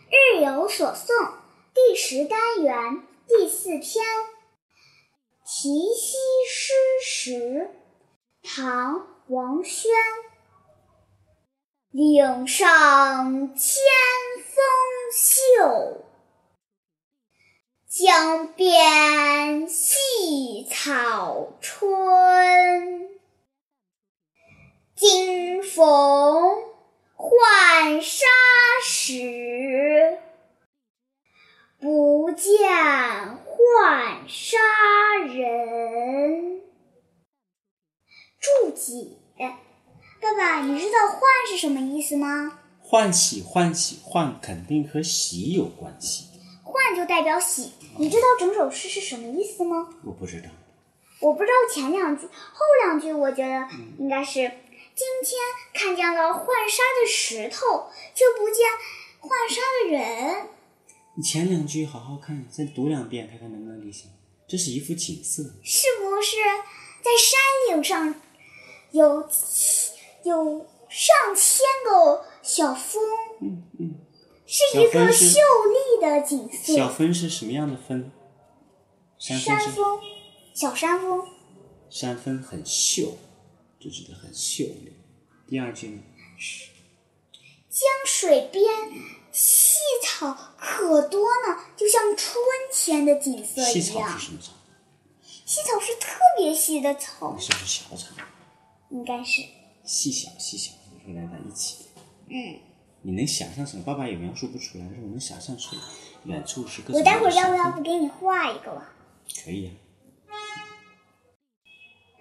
日有所诵第10单元第4篇题西诗时，唐·王宣。岭上千峰秀，江边细草春。今逢浣纱时，不见浣纱人。注解：爸爸，你知道浣是什么意思吗？ 欢喜，欢喜，浣肯定和喜有关系。 浣就代表喜，你知道整首诗是什么意思吗？ 我不知道。 我不知道前2句，后2句我觉得应该是今天看见了浣纱的石头，却不见浣纱的人。 你前2句好好看，再读2遍，看看能不能理解。这是一幅景色， 是不是在山岭上有上千个小峰？是一个秀丽的景色。 小峰是什么样的峰？ 山峰，小山峰。 山峰很秀，就指的很秀丽。第2句呢？ 江水边细草可多呢，就像春天的景色一样。 细草是什么草？ 细草是特别细的草。 是不是小草？ 应该是。 细小，就连在一起。你能想象什么？爸爸也描述不出来，但是我能想象出来。远处是各种。 我待会儿要不给你画一个吧？ 可以啊。